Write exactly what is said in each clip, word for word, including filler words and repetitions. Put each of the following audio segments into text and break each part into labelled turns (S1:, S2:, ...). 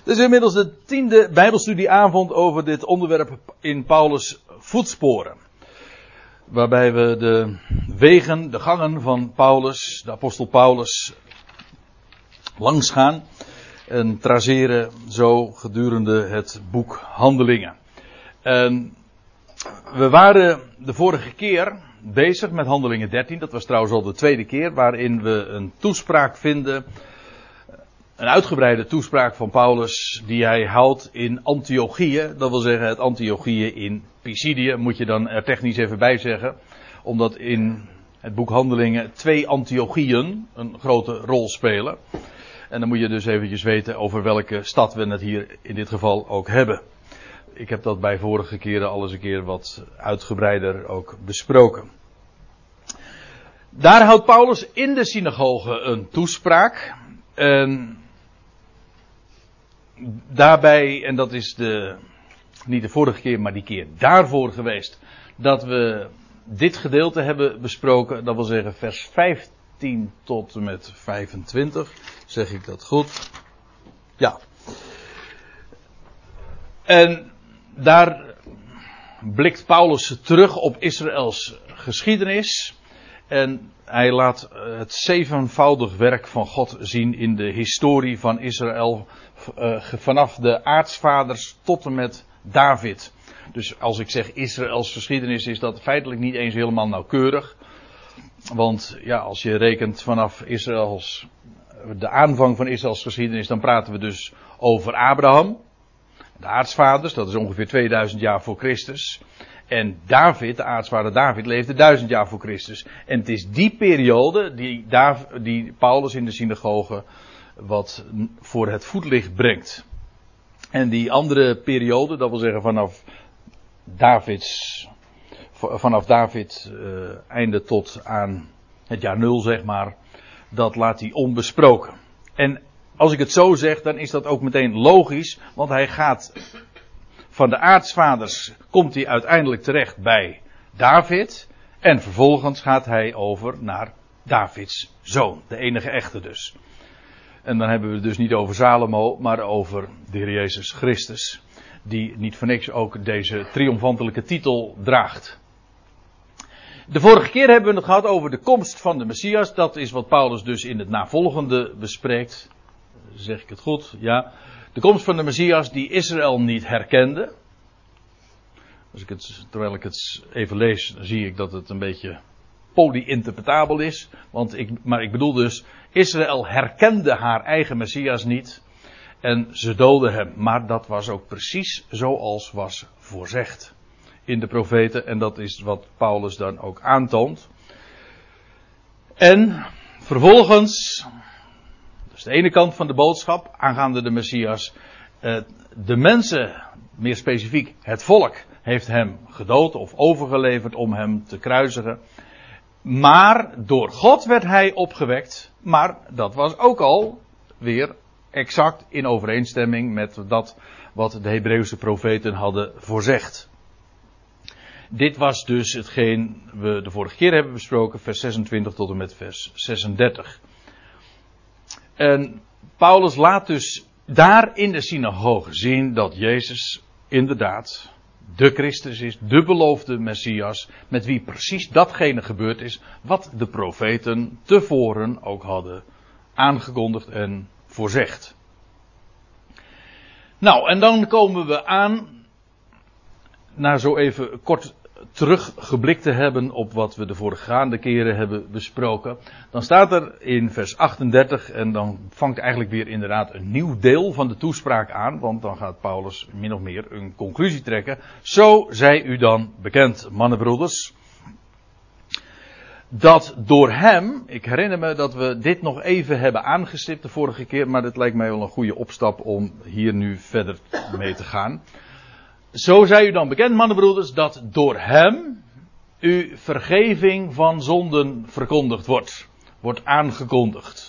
S1: Dit is inmiddels de tiende Bijbelstudieavond over dit onderwerp in Paulus' voetsporen. Waarbij we de wegen, de gangen van Paulus, de apostel Paulus, langs gaan. En traceren zo gedurende het boek Handelingen. En we waren de vorige keer bezig met Handelingen dertien. Dat was trouwens al de tweede keer waarin we een toespraak vinden. Een uitgebreide toespraak van Paulus die hij houdt in Antiochië. Dat wil zeggen het Antiochië in Pisidië. Moet je dan er technisch even bij zeggen. Omdat in het boek Handelingen twee Antiochieën een grote rol spelen. En dan moet je dus eventjes weten over welke stad we het hier in dit geval ook hebben. Ik heb dat bij vorige keren al eens een keer wat uitgebreider ook besproken. Daar houdt Paulus in de synagoge een toespraak. En daarbij, en dat is de, niet de vorige keer, maar die keer daarvoor geweest, dat we dit gedeelte hebben besproken. Dat wil zeggen vers vijftien tot en met vijfentwintig. Zeg ik dat goed? Ja. En daar blikt Paulus terug op Israëls geschiedenis. En hij laat het zevenvoudig werk van God zien in de historie van Israël. Uh, vanaf de aartsvaders tot en met David. Dus als ik zeg Israëls geschiedenis is dat feitelijk niet eens helemaal nauwkeurig. Want ja, als je rekent vanaf Israëls, de aanvang van Israëls geschiedenis, dan praten we dus over Abraham. De aartsvaders, dat is ongeveer tweeduizend jaar voor Christus. En David, de aartsvader David, leefde duizend jaar voor Christus. En het is die periode die, Dav- die Paulus in de synagoge wat voor het voetlicht brengt. En die andere periode, dat wil zeggen vanaf Davids, vanaf David uh, einde tot aan het jaar nul zeg maar, dat laat hij onbesproken. En als ik het zo zeg, dan is dat ook meteen logisch, want hij gaat van de aartsvaders, komt hij uiteindelijk terecht bij David, en vervolgens gaat hij over naar Davids zoon, de enige echte dus. En dan hebben we het dus niet over Salomo, maar over de Heer Jezus Christus, die niet voor niks ook deze triomfantelijke titel draagt. De vorige keer hebben we het gehad over de komst van de Messias. Dat is wat Paulus dus in het navolgende bespreekt. Zeg ik het goed? Ja. De komst van de Messias die Israël niet herkende. Als ik het, terwijl ik het even lees, dan zie ik dat het een beetje polyinterpretabel is. Want ik, maar ik bedoel dus, Israël herkende haar eigen Messias niet. En ze doodden hem. Maar dat was ook precies zoals was voorzegd in de profeten. En dat is wat Paulus dan ook aantoont. En vervolgens, dat is de ene kant van de boodschap aangaande de Messias. De mensen, meer specifiek het volk, heeft hem gedood of overgeleverd om hem te kruisigen. Maar door God werd hij opgewekt. Maar dat was ook al weer exact in overeenstemming met dat wat de Hebreeuwse profeten hadden voorzegd. Dit was dus hetgeen we de vorige keer hebben besproken, vers zesentwintig tot en met vers zesendertig. En Paulus laat dus daar in de synagoge zien dat Jezus inderdaad de Christus is, de beloofde Messias, met wie precies datgene gebeurd is wat de profeten tevoren ook hadden aangekondigd en voorzegd. Nou, en dan komen we aan, na zo even kort teruggeblikt te hebben op wat we de voorgaande keren hebben besproken. Dan staat er in vers achtendertig, en dan vangt eigenlijk weer inderdaad een nieuw deel van de toespraak aan, want dan gaat Paulus min of meer een conclusie trekken. Zo zij u dan bekend, mannenbroeders, dat door hem, ik herinner me dat we dit nog even hebben aangestipt de vorige keer, maar dit lijkt mij wel een goede opstap om hier nu verder mee te gaan. Zo zij u dan bekend, mannenbroeders, dat door hem u vergeving van zonden verkondigd wordt. Wordt aangekondigd.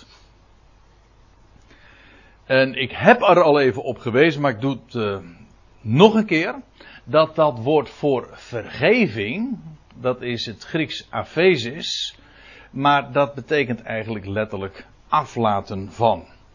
S1: En ik heb er al even op gewezen, maar ik doe het uh, nog een keer. Dat dat woord voor vergeving, dat is het Grieks aphesis. Maar dat betekent eigenlijk letterlijk aflaten van.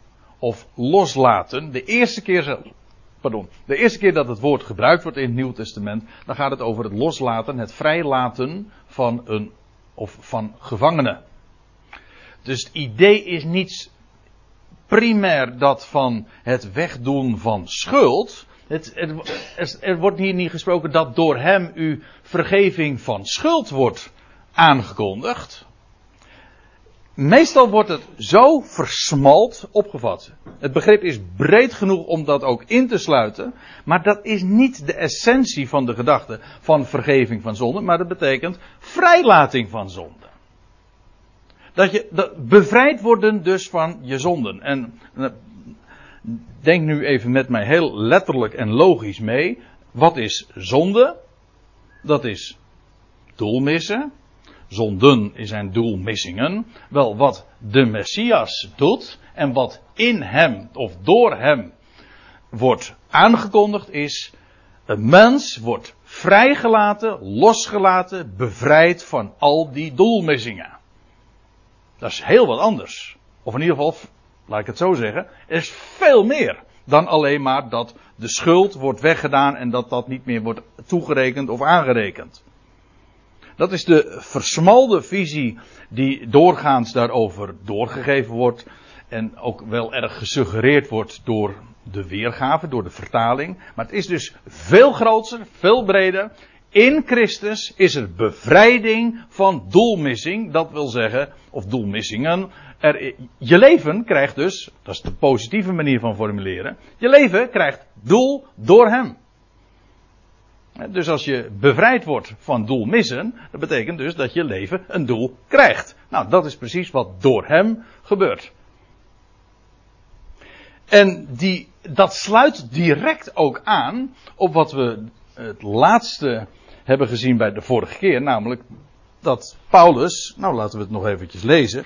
S1: of loslaten. De eerste keer zelf. Pardon. De eerste keer dat het woord gebruikt wordt in het Nieuw Testament, dan gaat het over het loslaten, het vrijlaten van een of van gevangenen. Dus het idee is niet primair dat van het wegdoen van schuld. Het, het, er wordt hier niet gesproken dat door hem u vergeving van schuld wordt aangekondigd. Meestal wordt het zo versmalt opgevat. Het begrip is breed genoeg om dat ook in te sluiten. Maar dat is niet de essentie van de gedachte van vergeving van zonde. Maar dat betekent vrijlating van zonde. Dat je dat, bevrijd worden dus van je zonden. En denk nu even met mij heel letterlijk en logisch mee. Wat is zonde? Dat is doelmissen. Zonden zijn doelmissingen. Wel, wat de Messias doet en wat in hem of door hem wordt aangekondigd is, een mens wordt vrijgelaten, losgelaten, bevrijd van al die doelmissingen. Dat is heel wat anders. Of in ieder geval, laat ik het zo zeggen, er is veel meer dan alleen maar dat de schuld wordt weggedaan en dat dat niet meer wordt toegerekend of aangerekend. Dat is de versmalde visie die doorgaans daarover doorgegeven wordt en ook wel erg gesuggereerd wordt door de weergave, door de vertaling. Maar het is dus veel groter, veel breder. In Christus is er bevrijding van doelmissing, dat wil zeggen, of doelmissingen. Er, je leven krijgt dus, dat is de positieve manier van formuleren, je leven krijgt doel door hem. Dus als je bevrijd wordt van doelmissen, dat betekent dus dat je leven een doel krijgt. Nou, dat is precies wat door hem gebeurt. En die, dat sluit direct ook aan op wat we het laatste hebben gezien bij de vorige keer, namelijk dat Paulus, nou laten we het nog eventjes lezen.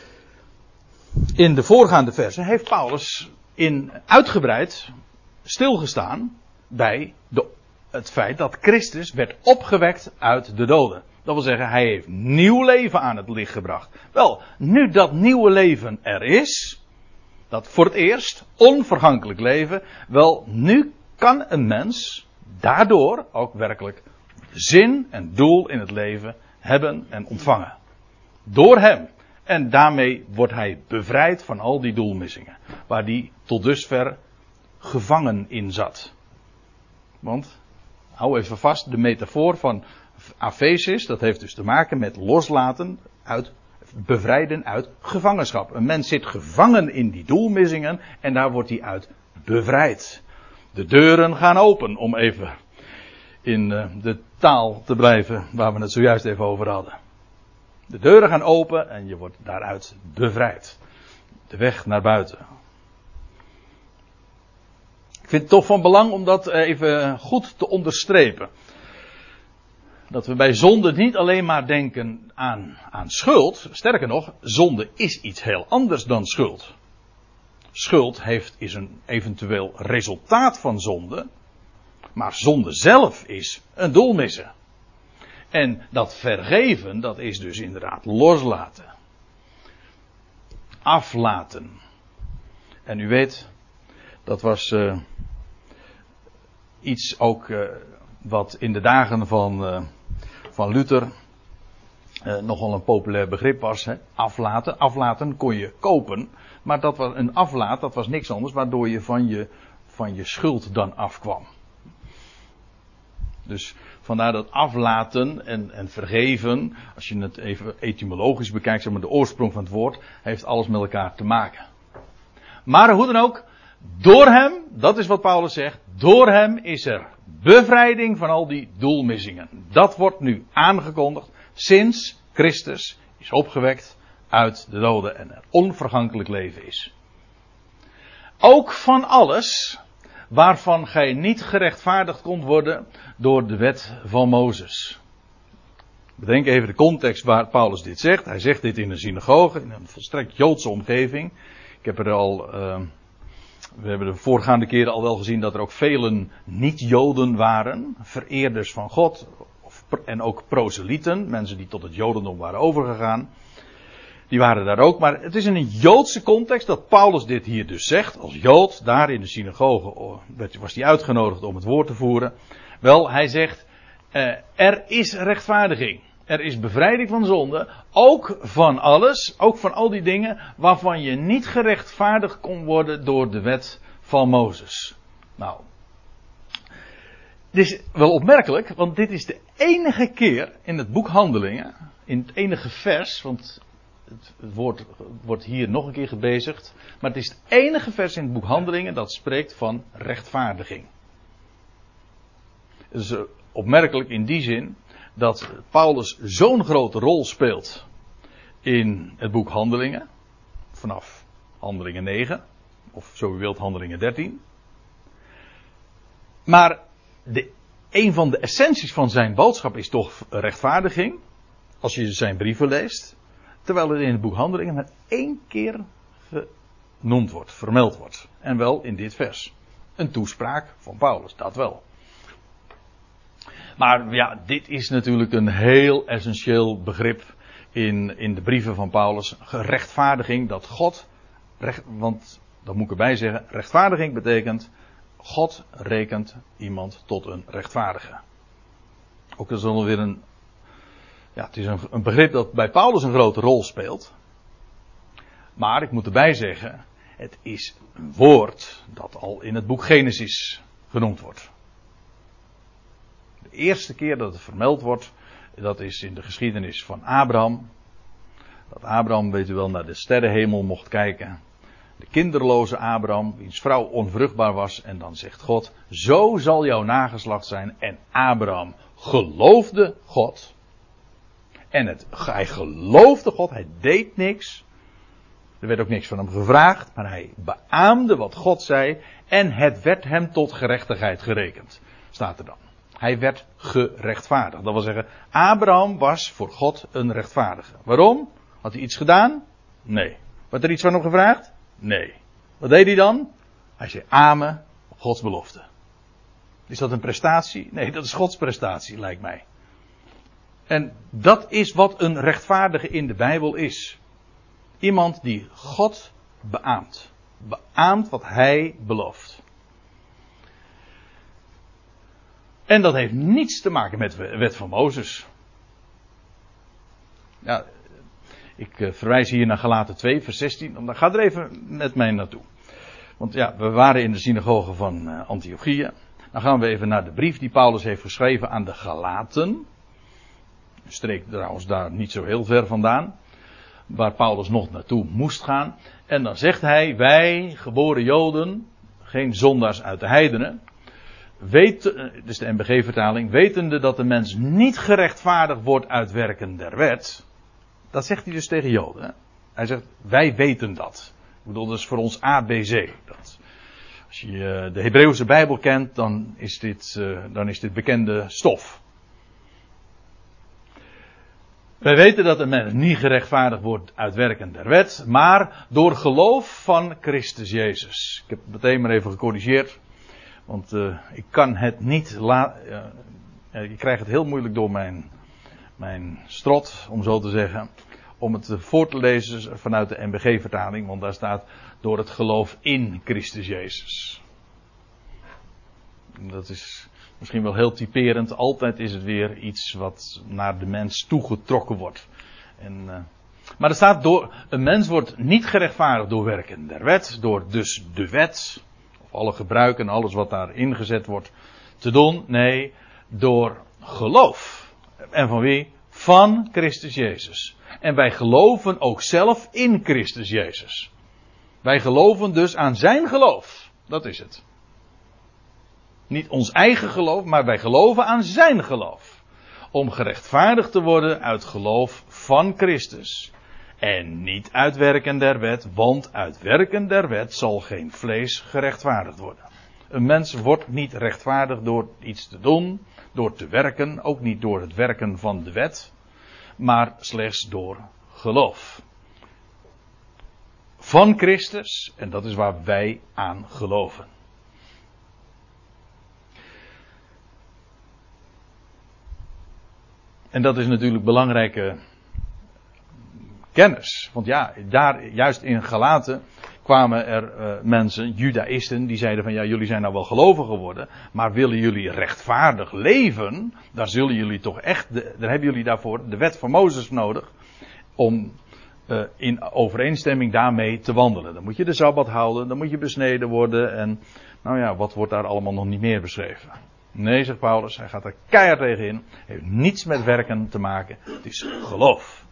S1: In de voorgaande versen heeft Paulus in uitgebreid stilgestaan bij de het feit dat Christus werd opgewekt uit de doden. Dat wil zeggen, hij heeft nieuw leven aan het licht gebracht. Wel, nu dat nieuwe leven er is, dat voor het eerst onvergankelijk leven, wel, nu kan een mens daardoor ook werkelijk zin en doel in het leven hebben en ontvangen. Door hem. En daarmee wordt hij bevrijd van al die doelmissingen, waar hij tot dusver gevangen in zat. Want hou even vast, de metafoor van Afesis, dat heeft dus te maken met loslaten uit, bevrijden uit gevangenschap. Een mens zit gevangen in die doelmissingen en daar wordt hij uit bevrijd. De deuren gaan open, om even in de taal te blijven waar we het zojuist even over hadden. De deuren gaan open en je wordt daaruit bevrijd. De weg naar buiten. Ik vind het toch van belang om dat even goed te onderstrepen. Dat we bij zonde niet alleen maar denken aan, aan schuld. Sterker nog, zonde is iets heel anders dan schuld. Schuld heeft, is een eventueel resultaat van zonde. Maar zonde zelf is een doelmissen. En dat vergeven, dat is dus inderdaad loslaten. Aflaten. En u weet, dat was uh, iets ook uh, wat in de dagen van, uh, van Luther uh, nogal een populair begrip was. Hè? Aflaten. Aflaten kon je kopen. Maar dat was een aflaat, dat was niks anders waardoor je van je, van je schuld dan afkwam. Dus vandaar dat aflaten en, en vergeven, als je het even etymologisch bekijkt, zeg maar de oorsprong van het woord, heeft alles met elkaar te maken. Maar hoe dan ook, door hem, dat is wat Paulus zegt, door hem is er bevrijding van al die doelmissingen. Dat wordt nu aangekondigd sinds Christus is opgewekt uit de doden en er onvergankelijk leven is. Ook van alles waarvan gij niet gerechtvaardigd kon worden door de wet van Mozes. Bedenk even de context waar Paulus dit zegt. Hij zegt dit in een synagoge, in een volstrekt Joodse omgeving. Ik heb er al, uh, we hebben de voorgaande keren al wel gezien dat er ook velen niet-Joden waren, vereerders van God, of, en ook proselieten, mensen die tot het Jodendom waren overgegaan. die waren daar ook. Maar het is in een Joodse context dat Paulus dit hier dus zegt. Als Jood, daar in de synagoge was hij uitgenodigd om het woord te voeren. Wel, hij zegt, uh, er is rechtvaardiging. Er is bevrijding van zonde. Ook van alles, ook van al die dingen waarvan je niet gerechtvaardigd kon worden door de wet van Mozes. Nou, dit is wel opmerkelijk, want dit is de enige keer in het boek Handelingen, in het enige vers, want het woord wordt hier nog een keer gebezigd, maar het is het enige vers in het boek Handelingen dat spreekt van rechtvaardiging. Het is opmerkelijk in die zin dat Paulus zo'n grote rol speelt in het boek Handelingen, vanaf Handelingen negen, of zo u wilt Handelingen dertien. Maar de, een van de essenties van zijn boodschap is toch rechtvaardiging, als je zijn brieven leest, terwijl het in het boek Handelingen maar één keer genoemd wordt, vermeld wordt. En wel in dit vers. Een toespraak van Paulus, dat wel. Maar ja, dit is natuurlijk een heel essentieel begrip in, in de brieven van Paulus. Rechtvaardiging, dat God, recht, want dat moet ik erbij zeggen, rechtvaardiging betekent, God rekent iemand tot een rechtvaardige. Ook dat is dan weer een, ja, het is een, een begrip dat bij Paulus een grote rol speelt. Maar ik moet erbij zeggen, het is een woord dat al in het boek Genesis genoemd wordt. De eerste keer dat het vermeld wordt, dat is in de geschiedenis van Abraham. Dat Abraham, weet u wel, naar de sterrenhemel mocht kijken. De kinderloze Abraham, wiens vrouw onvruchtbaar was. En dan zegt God, zo zal jouw nageslacht zijn. En Abraham geloofde God. En het, hij geloofde God, hij deed niks. Er werd ook niks van hem gevraagd, maar hij beaamde wat God zei. En het werd hem tot gerechtigheid gerekend, staat er dan. Hij werd gerechtvaardigd. Dat wil zeggen, Abraham was voor God een rechtvaardige. Waarom? Had hij iets gedaan? Nee. Werd er iets van hem gevraagd? Nee. Wat deed hij dan? Hij zei amen op Gods belofte. Is dat een prestatie? Nee, dat is Gods prestatie, lijkt mij. En dat is wat een rechtvaardige in de Bijbel is. Iemand die God beaamt. Beaamt wat hij belooft. En dat heeft niets te maken met de wet van Mozes. Ja, ik uh, verwijs hier naar Galaten twee, vers zestien. Dan ga er even met mij naartoe. Want ja, we waren in de synagoge van uh, Antiochië. Dan gaan we even naar de brief die Paulus heeft geschreven aan de Galaten. Streek trouwens daar niet zo heel ver vandaan. Waar Paulus nog naartoe moest gaan. En dan zegt hij, wij, geboren Joden, geen zondaars uit de heidenen. Weet, dus de N B G-vertaling, wetende dat de mens niet gerechtvaardigd wordt uit werken der wet. Dat zegt hij dus tegen Joden. Hè? Hij zegt, wij weten dat. Ik bedoel, dat is voor ons A B C. Dat, als je de Hebreeuwse Bijbel kent, dan is dit, uh, dan is dit bekende stof. Wij weten dat een mens niet gerechtvaardigd wordt uit werken der wet, maar door geloof van Christus Jezus. Ik heb het meteen maar even gecorrigeerd. Want uh, ik kan het niet laten. Uh, ik krijg het heel moeilijk door mijn, mijn strot, om zo te zeggen. Om het voor te lezen vanuit de N B G-vertaling. Want daar staat door het geloof in Christus Jezus. Dat is misschien wel heel typerend. Altijd is het weer iets wat naar de mens toegetrokken wordt. En, uh, maar er staat door. Een mens wordt niet gerechtvaardigd door werken der wet. Door dus de wet. Alle gebruiken en alles wat daar ingezet wordt te doen. Nee, door geloof. En van wie? Van Christus Jezus. En wij geloven ook zelf in Christus Jezus. Wij geloven dus aan zijn geloof. Dat is het. Niet ons eigen geloof, maar wij geloven aan zijn geloof. Om gerechtvaardigd te worden uit geloof van Christus. En niet uit werken der wet, want uit werken der wet zal geen vlees gerechtvaardigd worden. Een mens wordt niet rechtvaardig door iets te doen, door te werken, ook niet door het werken van de wet, maar slechts door geloof. Van Christus, en dat is waar wij aan geloven. En dat is natuurlijk belangrijke kennis. Want ja, daar, juist in Galaten kwamen er uh, mensen, judaïsten, die zeiden van ja, jullie zijn nou wel gelovig geworden, maar willen jullie rechtvaardig leven, daar zullen jullie toch echt, de, daar hebben jullie daarvoor de wet van Mozes nodig, om uh, in overeenstemming daarmee te wandelen. Dan moet je de Sabbat houden, dan moet je besneden worden en nou ja, wat wordt daar allemaal nog niet meer beschreven? Nee, zegt Paulus, hij gaat er keihard tegen in, heeft niets met werken te maken, het is geloof.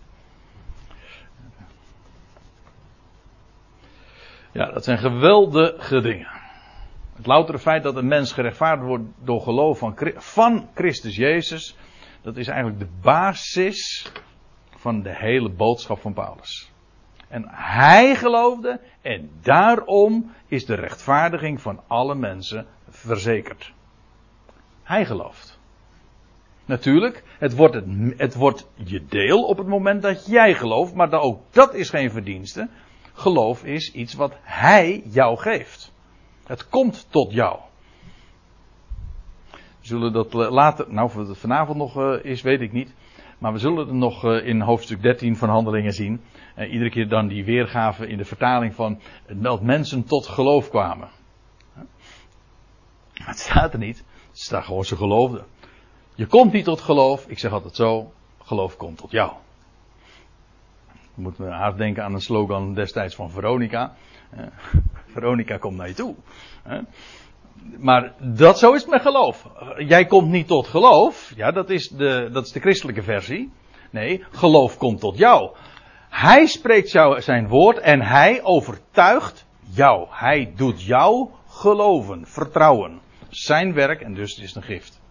S1: Ja, dat zijn geweldige dingen. Het loutere feit dat een mens gerechtvaardigd wordt door geloof van, van Christus Jezus, dat is eigenlijk de basis van de hele boodschap van Paulus. En hij geloofde en daarom is de rechtvaardiging van alle mensen verzekerd. Hij gelooft. Natuurlijk, het wordt, het, het wordt je deel op het moment dat jij gelooft, maar dan ook dat is geen verdienste. Geloof is iets wat hij jou geeft. Het komt tot jou. We zullen dat later, nou of het vanavond nog uh, is, weet ik niet. Maar we zullen het nog uh, in hoofdstuk dertien van Handelingen zien. Uh, iedere keer dan die weergave in de vertaling van dat mensen tot geloof kwamen. Huh? Maar het staat er niet. Het staat gewoon ze geloofden. Je komt niet tot geloof. Ik zeg altijd zo. Geloof komt tot jou. Je moet me haast denken aan een slogan destijds van Veronica. Uh, Veronica komt naar je toe. Uh, maar dat zo is het met geloof. Jij komt niet tot geloof. Ja, dat is de, dat is de christelijke versie. Nee, geloof komt tot jou. Hij spreekt jou zijn woord en hij overtuigt jou. Hij doet jou geloven, vertrouwen. Zijn werk en dus het is een gift.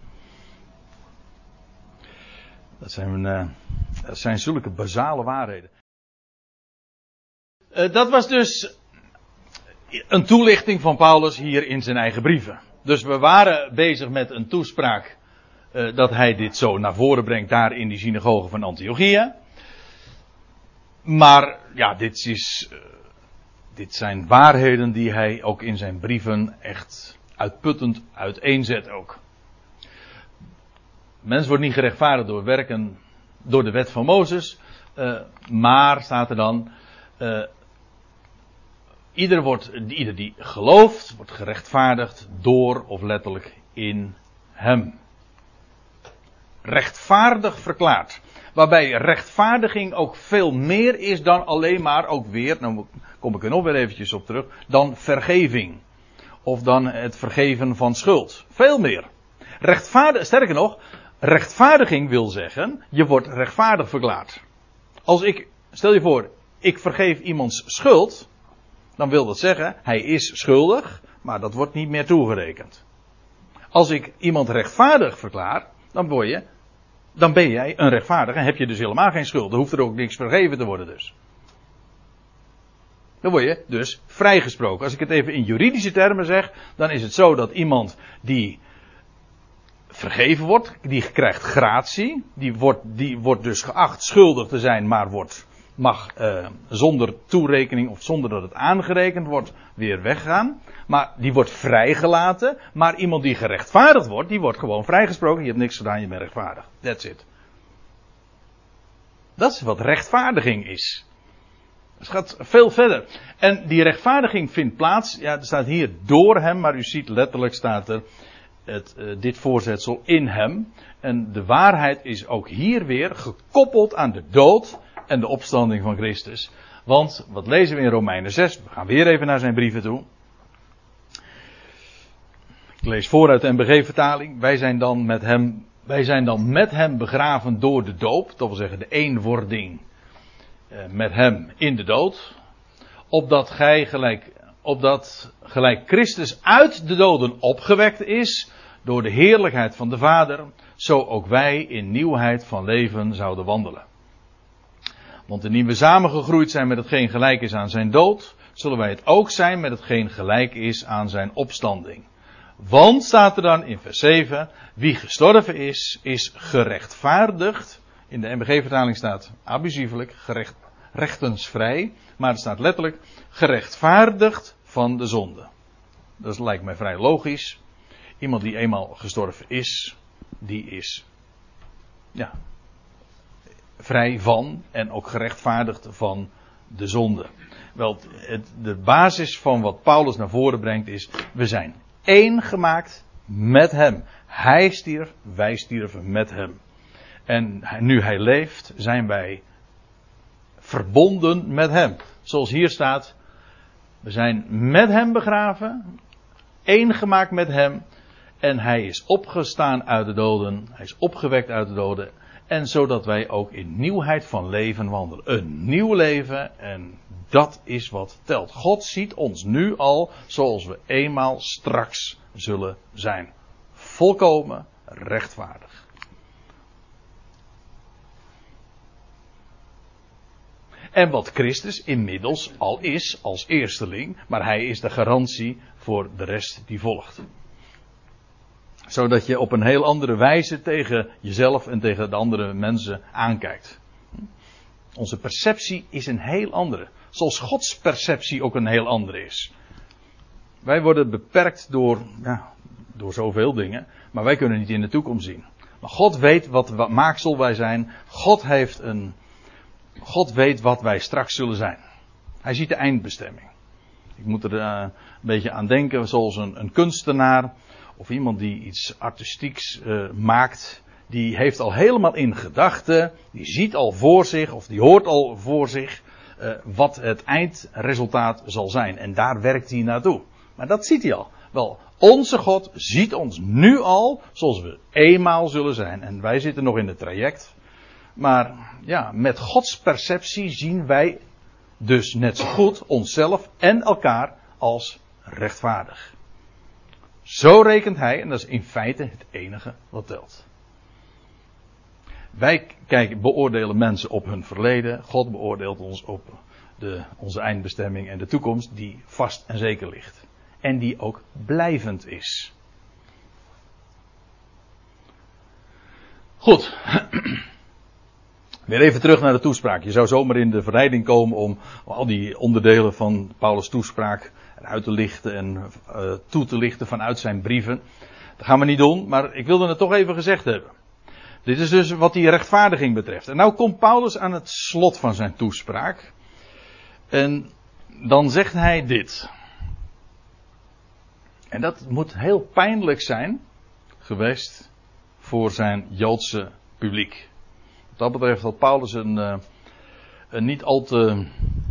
S1: Dat zijn, uh, dat zijn zulke basale waarheden. Uh, dat was dus een toelichting van Paulus hier in zijn eigen brieven. Dus we waren bezig met een toespraak uh, dat hij dit zo naar voren brengt daar in die synagoge van Antiochia. Maar ja, dit, is, uh, dit zijn waarheden die hij ook in zijn brieven echt uitputtend uiteenzet ook. Mens wordt niet gerechtvaardigd door werken, door de wet van Mozes, uh, maar staat er dan, uh, ieder, wordt, ieder die gelooft, wordt gerechtvaardigd door of letterlijk in hem. Rechtvaardig verklaard. Waarbij rechtvaardiging ook veel meer is dan alleen maar, ook weer, nou kom ik er nog weer eventjes op terug, dan vergeving. Of dan het vergeven van schuld. Veel meer. Rechtvaardig, sterker nog, rechtvaardiging wil zeggen, je wordt rechtvaardig verklaard. Als ik, stel je voor, ik vergeef iemands schuld, dan wil dat zeggen, hij is schuldig, maar dat wordt niet meer toegerekend. Als ik iemand rechtvaardig verklaar, dan word je, dan ben jij een rechtvaardige en heb je dus helemaal geen schuld. Dan hoeft er ook niks vergeven te worden dus. Dan word je dus vrijgesproken. Als ik het even in juridische termen zeg, dan is het zo dat iemand die vergeven wordt, die krijgt gratie, die wordt, die wordt dus geacht schuldig te zijn, maar wordt, mag uh, zonder toerekening of zonder dat het aangerekend wordt weer weggaan. Maar die wordt vrijgelaten, maar iemand die gerechtvaardigd wordt, die wordt gewoon vrijgesproken. Je hebt niks gedaan, je bent rechtvaardig. That's it. Dat is wat rechtvaardiging is. Het gaat veel verder. En die rechtvaardiging vindt plaats, ja, er staat hier door hem, maar u ziet letterlijk staat er het, uh, dit voorzetsel in hem. En de waarheid is ook hier weer gekoppeld aan de dood en de opstanding van Christus. Want, wat lezen we in Romeinen zes? We gaan weer even naar zijn brieven toe. Ik lees vooruit de N B G-vertaling. Wij zijn dan met hem, wij zijn dan met hem begraven door de doop. Dat wil zeggen de eenwording uh, met hem in de dood. Opdat gij gelijk, opdat gelijk Christus uit de doden opgewekt is door de heerlijkheid van de Vader, zo ook wij in nieuwheid van leven zouden wandelen. Want indien we samengegroeid zijn met hetgeen gelijk is aan zijn dood, zullen wij het ook zijn met hetgeen gelijk is aan zijn opstanding. Want, staat er dan in vers zeven, wie gestorven is, is gerechtvaardigd. In de N B G-vertaling staat abusievelijk, gerecht, rechtensvrij. Maar het staat letterlijk, gerechtvaardigd van de zonde. Dat lijkt mij vrij logisch. Iemand die eenmaal gestorven is, die is, ja, vrij van en ook gerechtvaardigd van de zonde. Wel, het, de basis van wat Paulus naar voren brengt is, we zijn één gemaakt met hem. Hij stierf, wij stierven met hem. En nu hij leeft, zijn wij verbonden met hem. Zoals hier staat, we zijn met hem begraven, één gemaakt met hem. En hij is opgestaan uit de doden, hij is opgewekt uit de doden. En zodat wij ook in nieuwheid van leven wandelen. Een nieuw leven, en dat is wat telt. God ziet ons nu al zoals we eenmaal straks zullen zijn. Volkomen rechtvaardig. En wat Christus inmiddels al is als eersteling, maar hij is de garantie voor de rest die volgt. Zodat je op een heel andere wijze tegen jezelf en tegen de andere mensen aankijkt. Onze perceptie is een heel andere. Zoals Gods perceptie ook een heel andere is. Wij worden beperkt door, ja, door zoveel dingen, maar wij kunnen niet in de toekomst zien. Maar God weet wat, wat maaksel wij zijn. God heeft een, God weet wat wij straks zullen zijn. Hij ziet de eindbestemming. Ik moet er uh, een beetje aan denken, zoals een, een kunstenaar of iemand die iets artistieks uh, maakt. Die heeft al helemaal in gedachten, die ziet al voor zich of die hoort al voor zich uh, wat het eindresultaat zal zijn. En daar werkt hij naartoe. Maar dat ziet hij al. Wel, onze God ziet ons nu al zoals we eenmaal zullen zijn. En wij zitten nog in het traject. Maar ja, met Gods perceptie zien wij dus net zo goed onszelf en elkaar als rechtvaardig. Zo rekent hij, en dat is in feite het enige wat telt. Wij kijken, beoordelen mensen op hun verleden. God beoordeelt ons op de, onze eindbestemming en de toekomst die vast en zeker ligt. En die ook blijvend is. Goed. Weer even terug naar de toespraak. Je zou zomaar in de verleiding komen om al die onderdelen van Paulus' toespraak uit te lichten en uh, toe te lichten vanuit zijn brieven. Dat gaan we niet doen, maar ik wilde het toch even gezegd hebben. Dit is dus wat die rechtvaardiging betreft. En nou komt Paulus aan het slot van zijn toespraak. En dan zegt hij dit. En dat moet heel pijnlijk zijn geweest voor zijn Joodse publiek. Wat dat betreft had Paulus een, een niet al te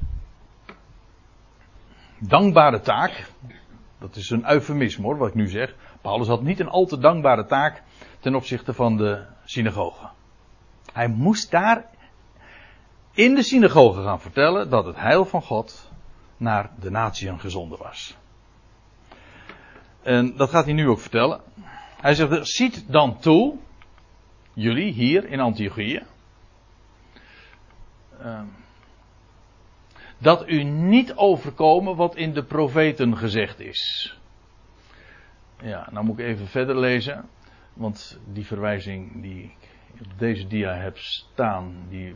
S1: dankbare taak. Dat is een eufemisme hoor, wat ik nu zeg. Paulus had niet een al te dankbare taak ten opzichte van de synagoge. Hij moest daar in de synagoge gaan vertellen dat het heil van God naar de natieën gezonden was. En dat gaat hij nu ook vertellen. Hij zegt, ziet dan toe, jullie hier in Antiochië, uh, dat u niet overkomen wat in de profeten gezegd is. Ja, nou moet ik even verder lezen, want die verwijzing die ik op deze dia heb staan, die,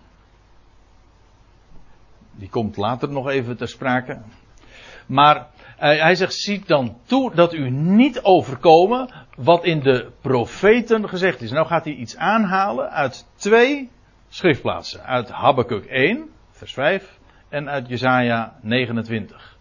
S1: die komt later nog even ter sprake. Maar hij, hij zegt, ziet dan toe dat u niet overkomen wat in de profeten gezegd is. Nou gaat hij iets aanhalen uit twee schriftplaatsen. Uit Habakuk één, vers vijf en uit Jesaja negenentwintig.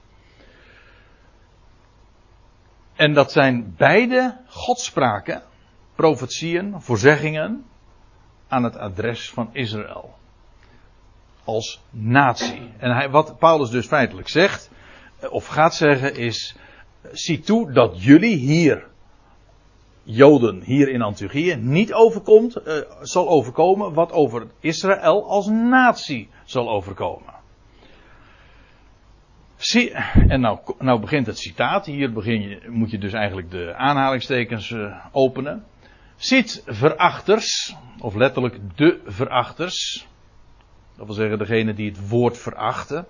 S1: En dat zijn beide godspraken, profetieën, voorzeggingen aan het adres van Israël. Als natie. En hij, wat Paulus dus feitelijk zegt, of gaat zeggen is, zie toe dat jullie hier, Joden hier in Antiochië, niet overkomt, uh, zal overkomen wat over Israël als natie zal overkomen. Zie, en nou, nou begint het citaat, hier begin je, moet je dus eigenlijk de aanhalingstekens uh, openen. Ziet verachters, of letterlijk de verachters, dat wil zeggen degene die het woord verachten.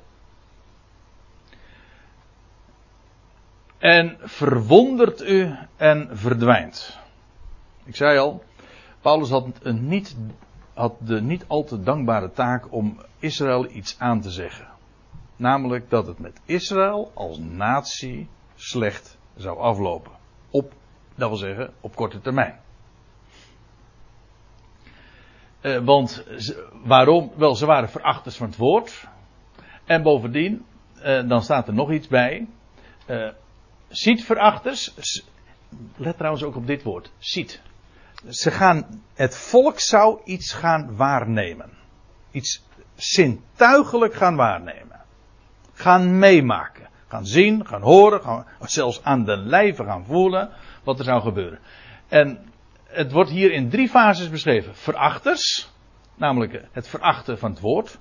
S1: En verwondert u en verdwijnt. Ik zei al, Paulus had, een niet, had de niet al te dankbare taak om Israël iets aan te zeggen. Namelijk dat het met Israël als natie slecht zou aflopen. Op, dat wil zeggen, op korte termijn. Uh, want ze, waarom? Wel, ze waren verachters van het woord. En bovendien, uh, dan staat er nog iets bij. Uh, ziet verachters. Let trouwens ook op dit woord. Ziet. Ze gaan, het volk zou iets gaan waarnemen. Iets zintuigelijk gaan waarnemen. Gaan meemaken. Gaan zien, gaan horen. Gaan, zelfs aan de lijve gaan voelen wat er zou gebeuren. En het wordt hier in drie fases beschreven. Verachters. Namelijk het verachten van het woord.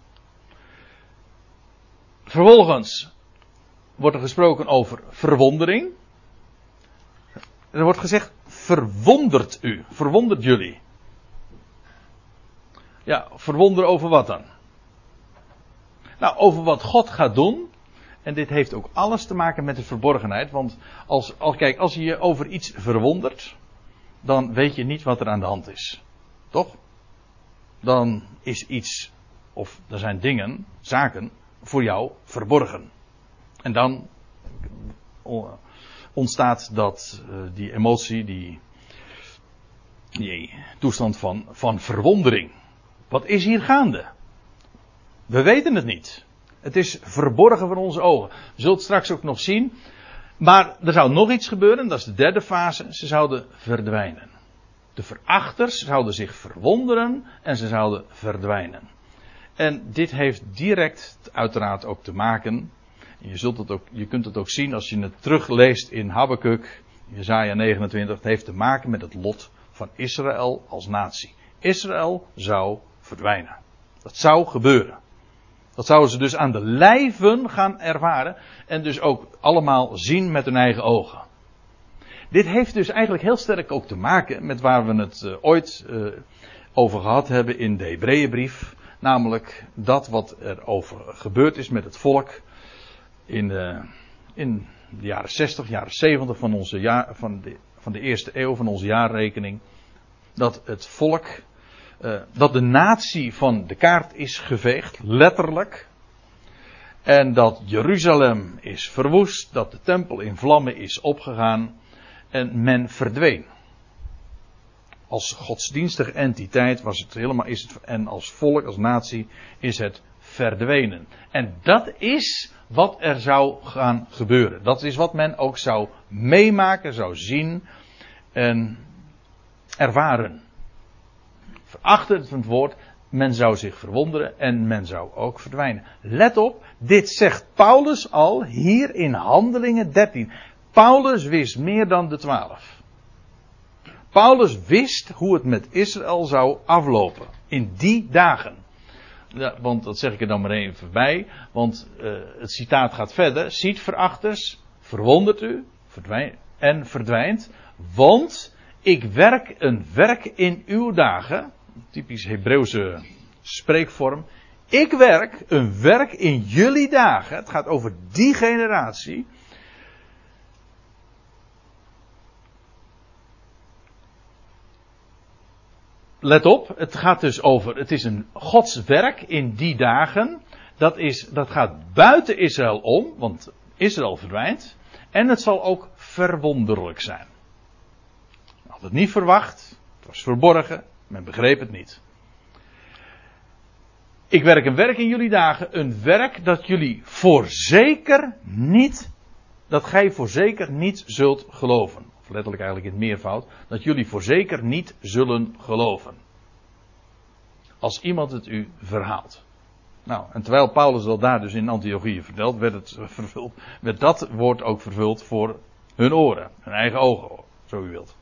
S1: Vervolgens wordt er gesproken over verwondering. Er wordt gezegd, verwondert u. Verwondert jullie. Ja, verwonderen over wat dan? Nou, over wat God gaat doen. En dit heeft ook alles te maken met de verborgenheid. Want als, als, kijk, als je je over iets verwondert, dan weet je niet wat er aan de hand is. Toch? Dan is iets, of er zijn dingen, zaken, voor jou verborgen. En dan ontstaat dat, uh, die emotie, die, die toestand van, van verwondering. Wat is hier gaande? We weten het niet. Het is verborgen voor onze ogen. We zullen het straks ook nog zien. Maar er zou nog iets gebeuren, dat is de derde fase. Ze zouden verdwijnen. De verachters zouden zich verwonderen en ze zouden verdwijnen. En dit heeft direct uiteraard ook te maken. Je, zult het ook, je kunt het ook zien als je het terugleest in Habakuk, Jesaja negenentwintig. Het heeft te maken met het lot van Israël als natie. Israël zou verdwijnen. Dat zou gebeuren. Dat zouden ze dus aan de lijven gaan ervaren. En dus ook allemaal zien met hun eigen ogen. Dit heeft dus eigenlijk heel sterk ook te maken met waar we het uh, ooit uh, over gehad hebben in de Hebreeënbrief. Namelijk dat wat er over gebeurd is met het volk in de, in de jaren zestig, jaren zeventig van, onze jaar, van, de, van de eerste eeuw van onze jaarrekening. Dat het volk, uh, dat de natie van de kaart is geveegd, letterlijk. En dat Jeruzalem is verwoest, dat de tempel in vlammen is opgegaan en men verdween. Als godsdienstige entiteit was het helemaal, is het, en als volk, als natie, is het verdwenen. En dat is wat er zou gaan gebeuren. Dat is wat men ook zou meemaken, zou zien en ervaren. Verachtend van het woord, men zou zich verwonderen en men zou ook verdwijnen. Let op, dit zegt Paulus al hier in Handelingen dertien. Paulus wist meer dan de twaalf. Paulus wist hoe het met Israël zou aflopen. In die dagen. Ja, want dat zeg ik er dan maar even bij. Want uh, het citaat gaat verder. Ziet verachters, verwondert u verdwijn, en verdwijnt. Want ik werk een werk in uw dagen. Typisch Hebreeuwse spreekvorm. Ik werk een werk in jullie dagen. Het gaat over die generatie. Let op, het gaat dus over, het is een Gods werk in die dagen. Dat, is, dat gaat buiten Israël om, want Israël verdwijnt. En het zal ook verwonderlijk zijn. Men had het niet verwacht, het was verborgen, men begreep het niet. Ik werk een werk in jullie dagen, een werk dat jullie voorzeker niet, dat gij voorzeker niet zult geloven. Of letterlijk eigenlijk in het meervoud, dat jullie voorzeker niet zullen geloven. Als iemand het u verhaalt. Nou, en terwijl Paulus dat daar dus in Antiochië vertelt, werd het vervuld, werd dat woord ook vervuld voor hun oren, hun eigen ogen, zo u wilt.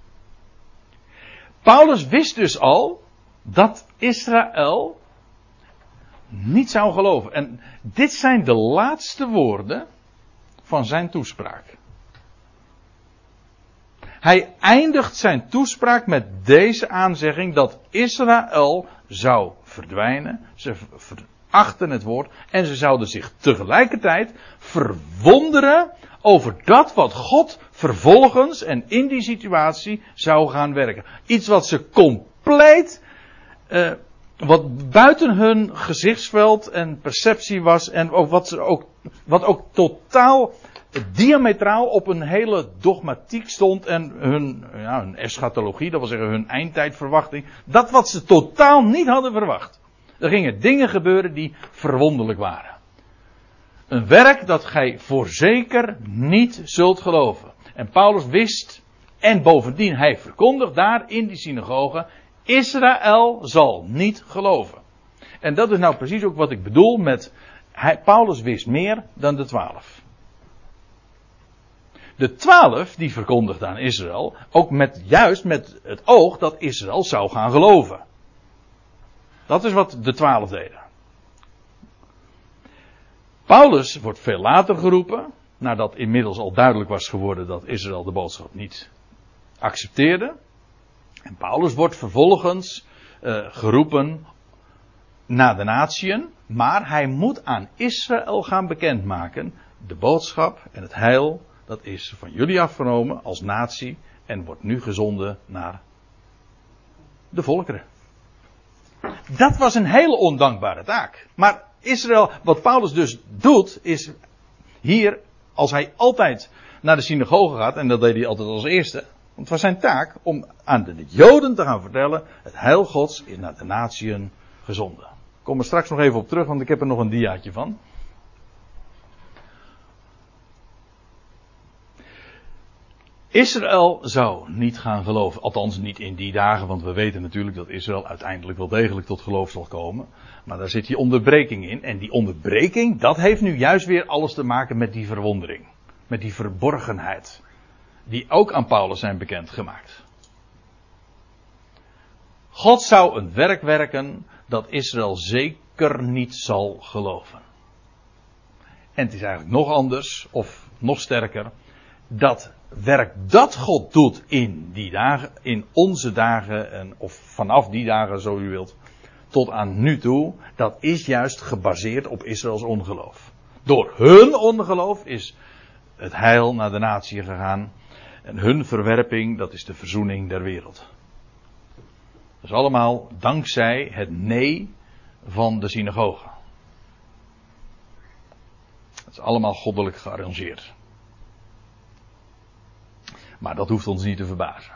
S1: Paulus wist dus al dat Israël niet zou geloven. En dit zijn de laatste woorden van zijn toespraak. Hij eindigt zijn toespraak met deze aanzegging dat Israël zou verdwijnen. Ze verachten het woord en ze zouden zich tegelijkertijd verwonderen over dat wat God vervolgens en in die situatie zou gaan werken. Iets wat ze compleet, uh, wat buiten hun gezichtsveld en perceptie was en ook wat, ze ook, wat ook totaal diametraal op een hele dogmatiek stond en hun, ja, hun eschatologie, dat wil zeggen hun eindtijdverwachting, dat wat ze totaal niet hadden verwacht. Er gingen dingen gebeuren die verwonderlijk waren. Een werk dat gij voorzeker niet zult geloven. En Paulus wist, en bovendien hij verkondigt daar in die synagoge, Israël zal niet geloven. En dat is nou precies ook wat ik bedoel met, hij, Paulus wist meer dan de twaalf. De twaalf die verkondigde aan Israël, ook met, juist met het oog dat Israël zou gaan geloven. Dat is wat de twaalf deden. Paulus wordt veel later geroepen, nadat inmiddels al duidelijk was geworden dat Israël de boodschap niet accepteerde. En Paulus wordt vervolgens uh, geroepen naar de natieën, maar hij moet aan Israël gaan bekendmaken de boodschap en het heil, dat is van jullie afgenomen als natie en wordt nu gezonden naar de volkeren. Dat was een hele ondankbare taak. Maar Israël, wat Paulus dus doet, is hier, als hij altijd naar de synagoge gaat, en dat deed hij altijd als eerste, want het was zijn taak om aan de Joden te gaan vertellen, het heil Gods is naar de natieën gezonden. Ik kom er straks nog even op terug, want ik heb er nog een diaatje van. Israël zou niet gaan geloven, althans niet in die dagen, want we weten natuurlijk dat Israël uiteindelijk wel degelijk tot geloof zal komen. Maar daar zit die onderbreking in. En die onderbreking, dat heeft nu juist weer alles te maken met die verwondering. Met die verborgenheid. Die ook aan Paulus zijn bekendgemaakt. God zou een werk werken dat Israël zeker niet zal geloven. En het is eigenlijk nog anders, of nog sterker, dat werk dat God doet in die dagen, in onze dagen, en, of vanaf die dagen zo u wilt, tot aan nu toe, dat is juist gebaseerd op Israëls ongeloof. Door hun ongeloof is het heil naar de natie gegaan. En hun verwerping, dat is de verzoening der wereld. Dat is allemaal dankzij het nee van de synagoge. Dat is allemaal goddelijk gearrangeerd. Maar dat hoeft ons niet te verbazen.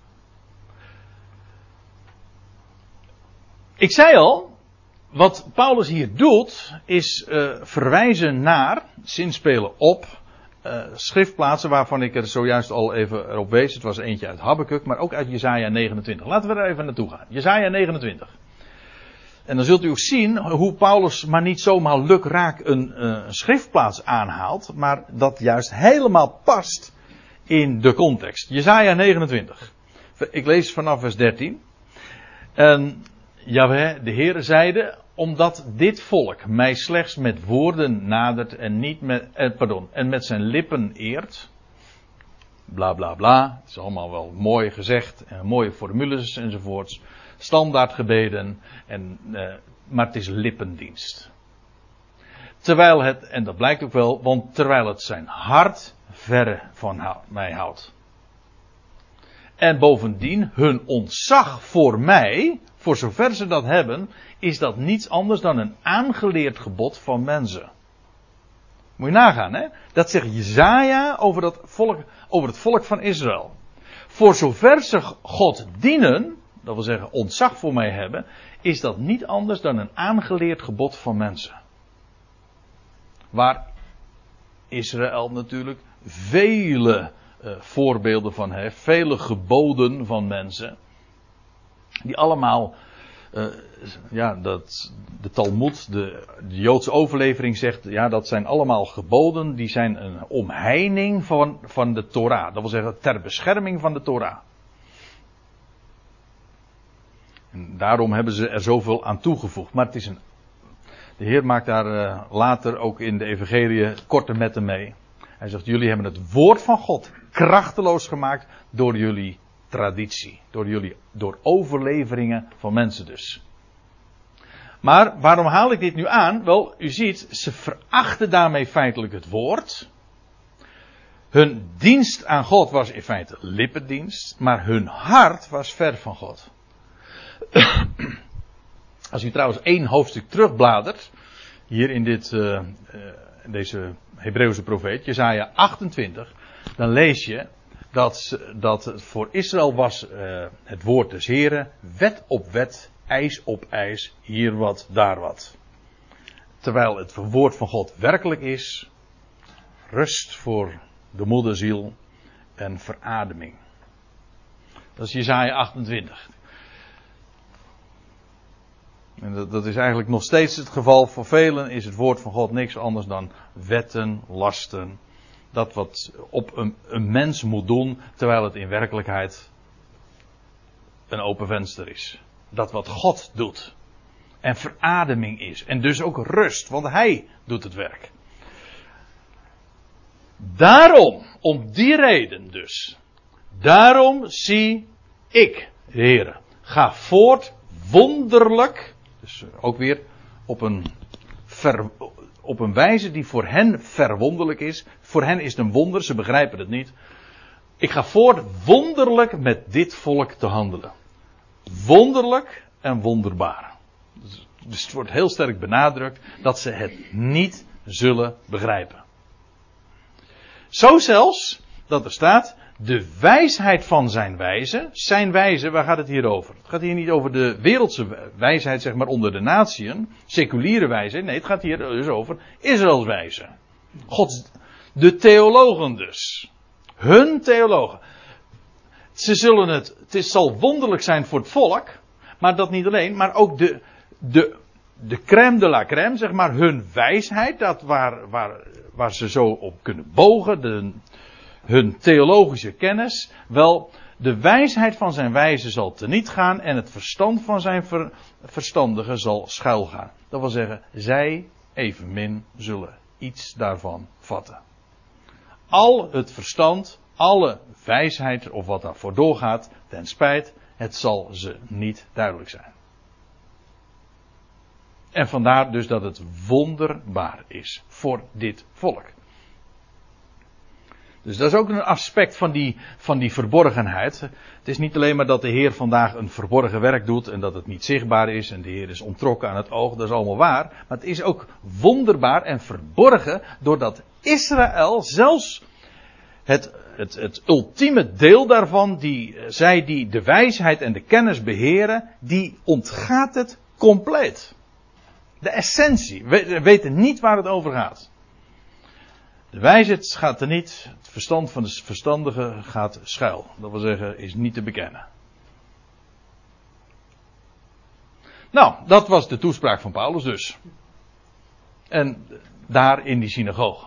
S1: Ik zei al, wat Paulus hier doet, is uh, verwijzen naar, zinspelen op, uh, schriftplaatsen waarvan ik er zojuist al even op wees. Het was eentje uit Habakuk, maar ook uit Jesaja negenentwintig. Laten we er even naartoe gaan. Jesaja negenentwintig. En dan zult u ook zien hoe Paulus maar niet zomaar lukraak een uh, schriftplaats aanhaalt, maar dat juist helemaal past in de context. Jesaja negenentwintig. Ik lees vanaf vers dertien. En Jaweh, de Heere zeide, omdat dit volk mij slechts met woorden nadert en niet met, eh, pardon, en met zijn lippen eert. Bla bla bla. Het is allemaal wel mooi gezegd. En mooie formules enzovoorts. Standaardgebeden. En, eh, maar het is lippendienst. Terwijl het, en dat blijkt ook wel, want terwijl het zijn hart verre van mij houdt. En bovendien, hun ontzag voor mij, voor zover ze dat hebben, is dat niets anders dan een aangeleerd gebod van mensen. Moet je nagaan, hè? Dat zegt Jesaja over, dat volk, over het volk van Israël. Voor zover ze God dienen, dat wil zeggen ontzag voor mij hebben, is dat niet anders dan een aangeleerd gebod van mensen. Waar Israël natuurlijk vele uh, voorbeelden van heeft, vele geboden van mensen, die allemaal, uh, ja, dat, de Talmud, de, de Joodse overlevering zegt, ja, dat zijn allemaal geboden, die zijn een omheining van, van de Torah, dat wil zeggen ter bescherming van de Torah. En daarom hebben ze er zoveel aan toegevoegd, maar het is een, de Heer maakt daar uh, later ook in de evangelie korte metten mee. Hij zegt, jullie hebben het woord van God krachteloos gemaakt door jullie traditie. Door jullie, door overleveringen van mensen dus. Maar waarom haal ik dit nu aan? Wel, u ziet, ze verachten daarmee feitelijk het woord. Hun dienst aan God was in feite lippendienst, maar hun hart was ver van God. Als u trouwens één hoofdstuk terugbladert, hier in dit uh, uh, deze Hebreeuwse profeet, Jesaja achtentwintig, dan lees je dat, dat het voor Israël was uh, het woord des Heren, wet op wet, ijs op ijs, hier wat, daar wat. Terwijl het woord van God werkelijk is, rust voor de moederziel en verademing. Dat is Jesaja achtentwintig. En dat, dat is eigenlijk nog steeds het geval. Voor velen is het woord van God niks anders dan wetten, lasten. Dat wat op een, een mens moet doen, terwijl het in werkelijkheid een open venster is. Dat wat God doet. En verademing is. En dus ook rust, want Hij doet het werk. Daarom, om die reden dus. Daarom zie ik, Heere, ga voort wonderlijk. Dus ook weer op een, ver, op een wijze die voor hen verwonderlijk is. Voor hen is het een wonder, ze begrijpen het niet. Ik ga voort wonderlijk met dit volk te handelen. Wonderlijk en wonderbaar. Dus het wordt heel sterk benadrukt dat ze het niet zullen begrijpen. Zo zelfs dat er staat, de wijsheid van zijn wijze, zijn wijze, waar gaat het hier over? Het gaat hier niet over de wereldse wijsheid, zeg maar, onder de natieën, seculiere wijsheid. Nee, het gaat hier dus over Israëls wijze. Gods, de theologen dus. Hun theologen. Ze zullen het, het is, zal wonderlijk zijn voor het volk, maar dat niet alleen, maar ook de, de, de crème de la crème, zeg maar, hun wijsheid, dat waar, waar, waar ze zo op kunnen bogen, de, hun theologische kennis, wel, de wijsheid van zijn wijze zal teniet gaan en het verstand van zijn ver, verstandigen zal schuilgaan. Dat wil zeggen, zij evenmin zullen iets daarvan vatten. Al het verstand, alle wijsheid of wat daarvoor doorgaat, ten spijt, het zal ze niet duidelijk zijn. En vandaar dus dat het wonderbaar is voor dit volk. Dus dat is ook een aspect van die, van die verborgenheid. Het is niet alleen maar dat de Heer vandaag een verborgen werk doet en dat het niet zichtbaar is en de Heer is ontrokken aan het oog, dat is allemaal waar. Maar het is ook wonderbaar en verborgen doordat Israël, zelfs het, het, het ultieme deel daarvan, die, zij die de wijsheid en de kennis beheren, die ontgaat het compleet. De essentie, we weten niet waar het over gaat. De wijsheid gaat er niet, het verstand van de verstandige gaat schuil. Dat wil zeggen, is niet te bekennen. Nou, dat was de toespraak van Paulus dus. En daar in die synagoge.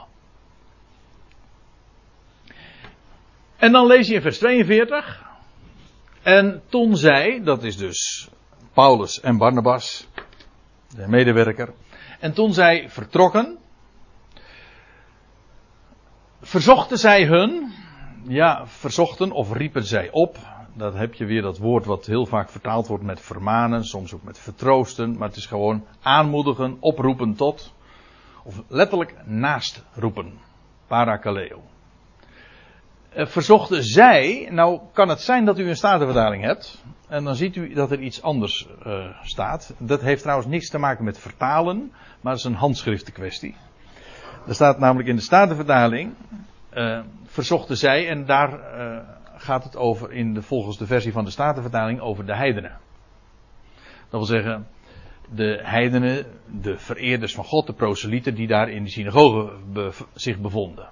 S1: En dan lees je in vers tweeënveertig. En toen zij, dat is dus Paulus en Barnabas, de medewerker. En toen zij vertrokken, verzochten zij hun, ja, verzochten of riepen zij op. Dat heb je weer dat woord wat heel vaak vertaald wordt met vermanen, soms ook met vertroosten. Maar het is gewoon aanmoedigen, oproepen tot. Of letterlijk naast roepen. Parakaleo. Verzochten zij, nou kan het zijn dat u een statenvertaling hebt. En dan ziet u dat er iets anders uh, staat. Dat heeft trouwens niks te maken met vertalen, maar het is een handschriftenkwestie. Er staat namelijk in de Statenvertaling, uh, verzochten zij, en daar uh, gaat het over in de, volgens de versie van de Statenvertaling over de heidenen. Dat wil zeggen, de heidenen, de vereerders van God, de proselieten die daar in de synagoge be, zich bevonden.